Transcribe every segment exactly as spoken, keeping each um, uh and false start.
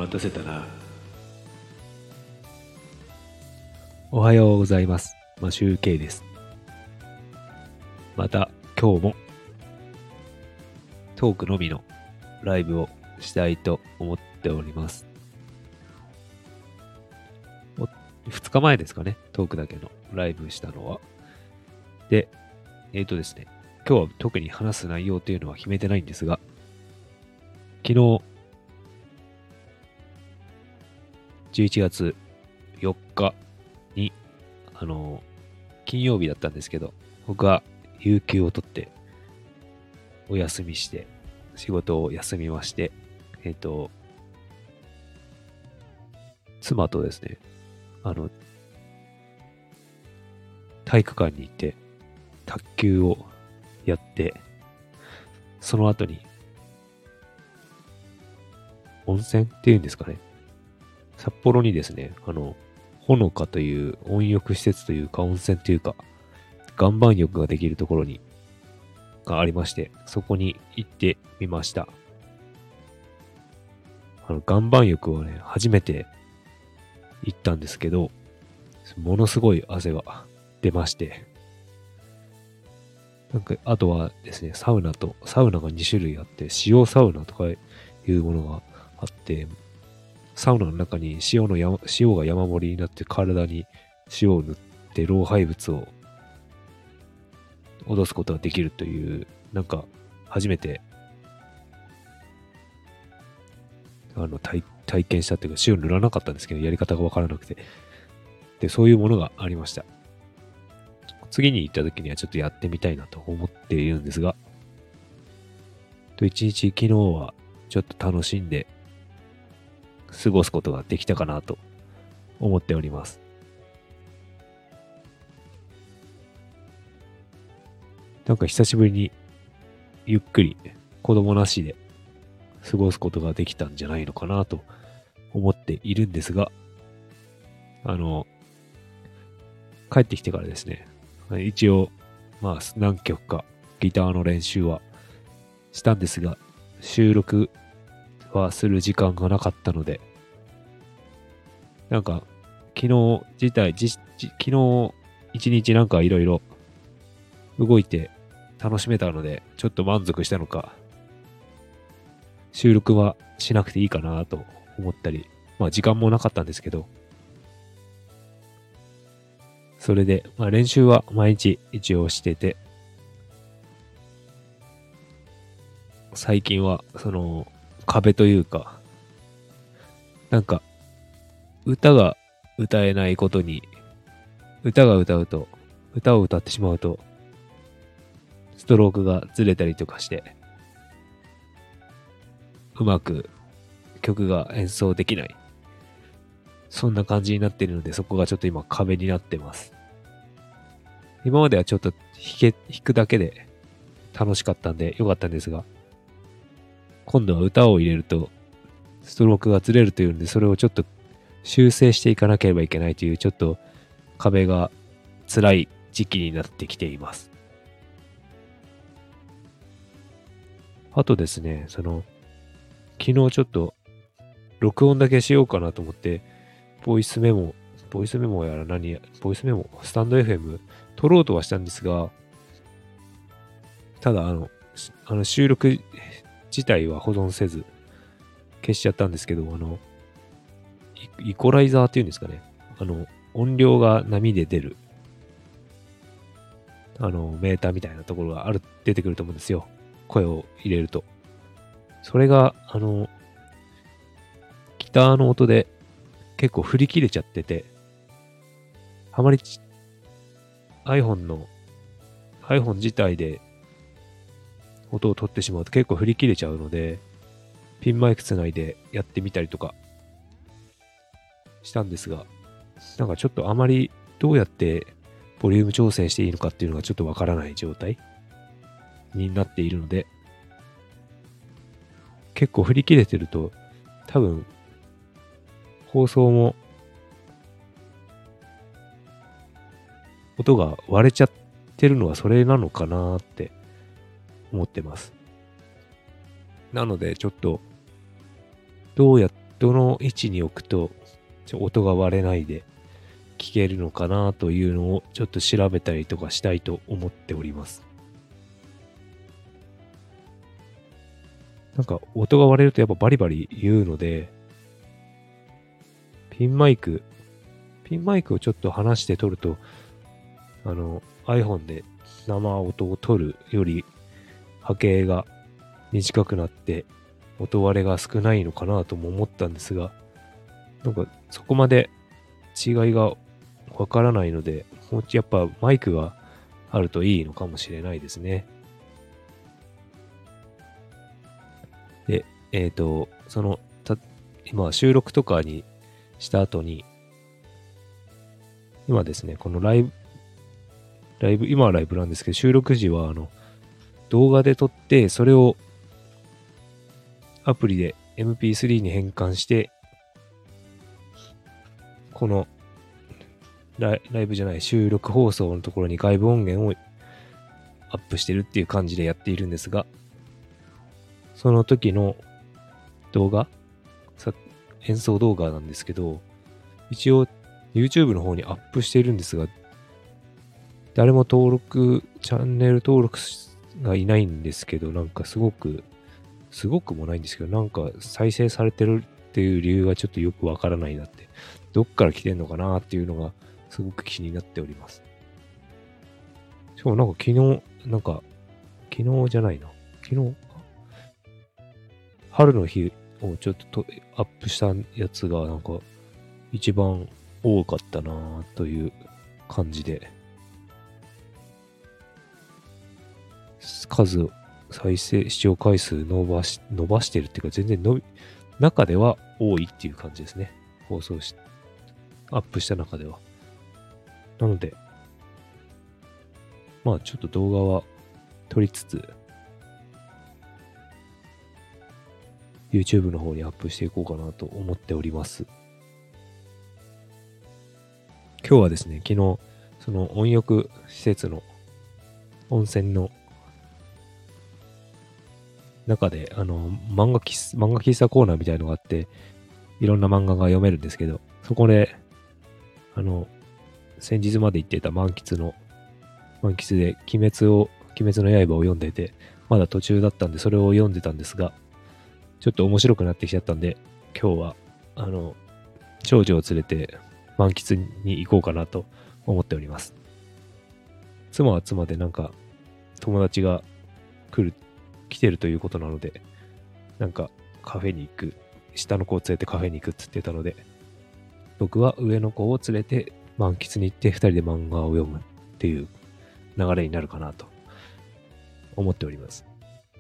待たせたな。 おはようございます。マシュウケイです。また今日もトークのみのライブをしたいと思っております。ふつかまえですかね、トークだけのライブしたのは。で、えーとですね、今日は特に話す内容というのは決めてないんですが、昨日じゅういちがつよっかに、あの、金曜日だったんですけど、僕は有給を取ってお休みして、仕事を休みまして、えっと、妻とですね、あの、体育館に行って卓球をやって、その後に温泉っていうんですかね、札幌にですね、あの、ほのかという温浴施設というか温泉というか、岩盤浴ができるところに、がありまして、そこに行ってみました。あの、岩盤浴をね、初めて行ったんですけど、ものすごい汗が出まして、なんか、あとはですね、サウナと、サウナがに種類あって、塩サウナとかいうものがあって、サウナの中に塩のや塩が山盛りになって体に塩を塗って老廃物を落とすことができるという、なんか初めてあの 体, 体験したというか、塩塗らなかったんですけど、やり方がわからなくて、でそういうものがありました。次に行った時にはちょっとやってみたいなと思っているんですが、と一日昨日はちょっと楽しんで過ごすことができたかなと思っております。なんか久しぶりにゆっくり子供なしで過ごすことができたんじゃないのかなと思っているんですが、あの、帰ってきてからですね、一応、まあ何曲かギターの練習はしたんですが、収録はする時間がなかったので、なんか昨日自体、じ昨日一日なんかいろいろ動いて楽しめたので、ちょっと満足したのか、収録はしなくていいかなと思ったり、まあ時間もなかったんですけど、それで、まあ練習は毎日一応してて、最近はその壁というか、なんか歌が歌えないことに、歌が歌うと、歌を歌ってしまうと、ストロークがずれたりとかして、うまく曲が演奏できない。そんな感じになっているので、そこがちょっと今壁になってます。今まではちょっと弾け、弾くだけで楽しかったんでよかったんですが、今度は歌を入れるとストロークがずれるというんで、それをちょっと修正していかなければいけないという、ちょっと壁が辛い時期になってきています。あとですね、その、昨日ちょっと録音だけしようかなと思って、ボイスメモ、ボイスメモやら何や、ボイスメモ、スタンド エフエム 撮ろうとはしたんですが、ただあの、あの収録自体は保存せず、消しちゃったんですけど、あの、イコライザーっていうんですかね。あの、音量が波で出る、あの、メーターみたいなところがある、出てくると思うんですよ。声を入れると。それが、あの、ギターの音で結構振り切れちゃってて、あまり iPhone の、iPhone 自体で音を取ってしまうと結構振り切れちゃうので、ピンマイクつないでやってみたりとかしたんですが、なんかちょっとあまりどうやってボリューム調整していいのかっていうのがちょっとわからない状態になっているので、結構振り切れてると多分放送も音が割れちゃってるのはそれなのかなって思ってます。なのでちょっとどうやっどの位置に置くとちょ音が割れないで聞けるのかなというのをちょっと調べたりとかしたいと思っております。なんか音が割れるとやっぱバリバリ言うので、ピンマイク、ピンマイクをちょっと離して撮ると、あの iPhone で生音を撮るより波形が短くなって音割れが少ないのかなとも思ったんですが、なんかそこまで違いがわからないので、もうやっぱマイクがあるといいのかもしれないですね。で、えっと、その、た今収録とかにした後に、今ですね、このライブ、ライブ、今はライブなんですけど、収録時はあの、動画で撮って、それをアプリで エムピースリー に変換して、このライ、ライブじゃない収録放送のところに外部音源をアップしてるっていう感じでやっているんですが、その時の動画、さ演奏動画なんですけど、一応 YouTube の方にアップしているんですが、誰も登録、チャンネル登録がいないんですけど、なんかすごく、すごくもないんですけど、なんか再生されてるっていう理由がちょっとよくわからないなって、どっから来てんのかなっていうのがすごく気になっております。しかもなんか昨日、なんか、昨日じゃないな。昨日、春の日をちょっとアップしたやつがなんか一番多かったなという感じで、数、再生、視聴回数伸ばし、伸ばしてるっていうか全然伸び、中では多いっていう感じですね。放送し、アップした中では。なので、まあちょっと動画は撮りつつ、YouTube の方にアップしていこうかなと思っております。今日はですね、昨日、その温浴施設の温泉の中で、あの、漫画喫、漫画喫茶コーナーみたいのがあって、いろんな漫画が読めるんですけど、そこで、あの、先日まで行ってた満喫の、満喫で鬼滅を、鬼滅の刃を読んでいて、まだ途中だったんで、それを読んでたんですが、ちょっと面白くなってきちゃったんで、今日は、あの、長女を連れて満喫に行こうかなと思っております。妻は妻でなんか、友達が来る、来てるということなので、なんかカフェに行く、下の子を連れてカフェに行くって言ってたので、僕は上の子を連れて満喫に行って二人で漫画を読むっていう流れになるかなと思っております。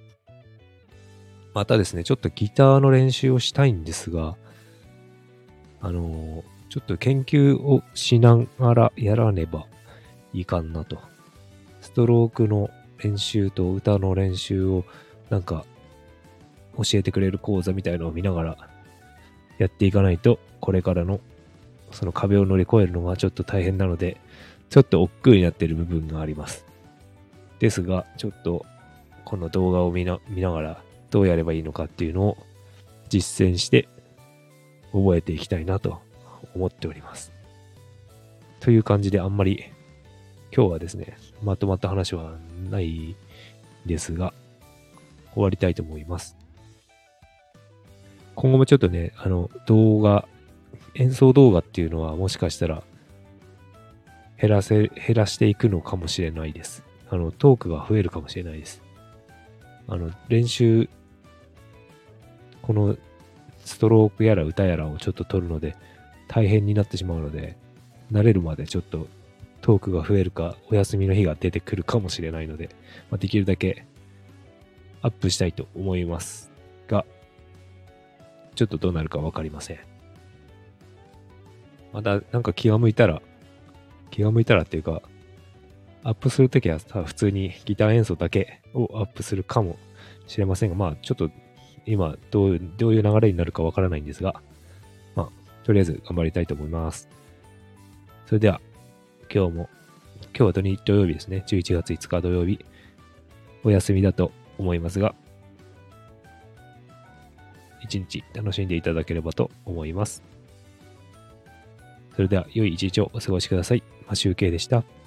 またですね、ちょっとギターの練習をしたいんですが、あのー、ちょっと研究をしながらやらねばいかんなと。ストロークの練習と歌の練習をなんか教えてくれる講座みたいのを見ながらやっていかないと、これからのその壁を乗り越えるのがちょっと大変なので、ちょっと億劫になっている部分があります。ですが、ちょっとこの動画を見な、見ながらどうやればいいのかっていうのを実践して覚えていきたいなと思っております。という感じであんまり今日はですね、まとまった話はないですが、終わりたいと思います。今後もちょっとね、あの動画、演奏動画っていうのはもしかしたら減らせ、減らしていくのかもしれないです。あの、トークが増えるかもしれないです。あの、練習、このストロークやら歌やらをちょっと取るので大変になってしまうので、慣れるまでちょっとトークが増えるかお休みの日が出てくるかもしれないので、まあ、できるだけアップしたいと思いますが、ちょっとどうなるかわかりません。またなんか気が向いたら、気が向いたらっていうか、アップするときは普通にギター演奏だけをアップするかもしれませんが、まあちょっと今どう、どういう流れになるかわからないんですが、まあとりあえず頑張りたいと思います。それでは今日も、今日は土日土曜日ですね。じゅういちがついつか土曜日、お休みだと思いますが、 一日楽しんでいただければと思います。それでは良い一日をお過ごしください。マシュウケイでした。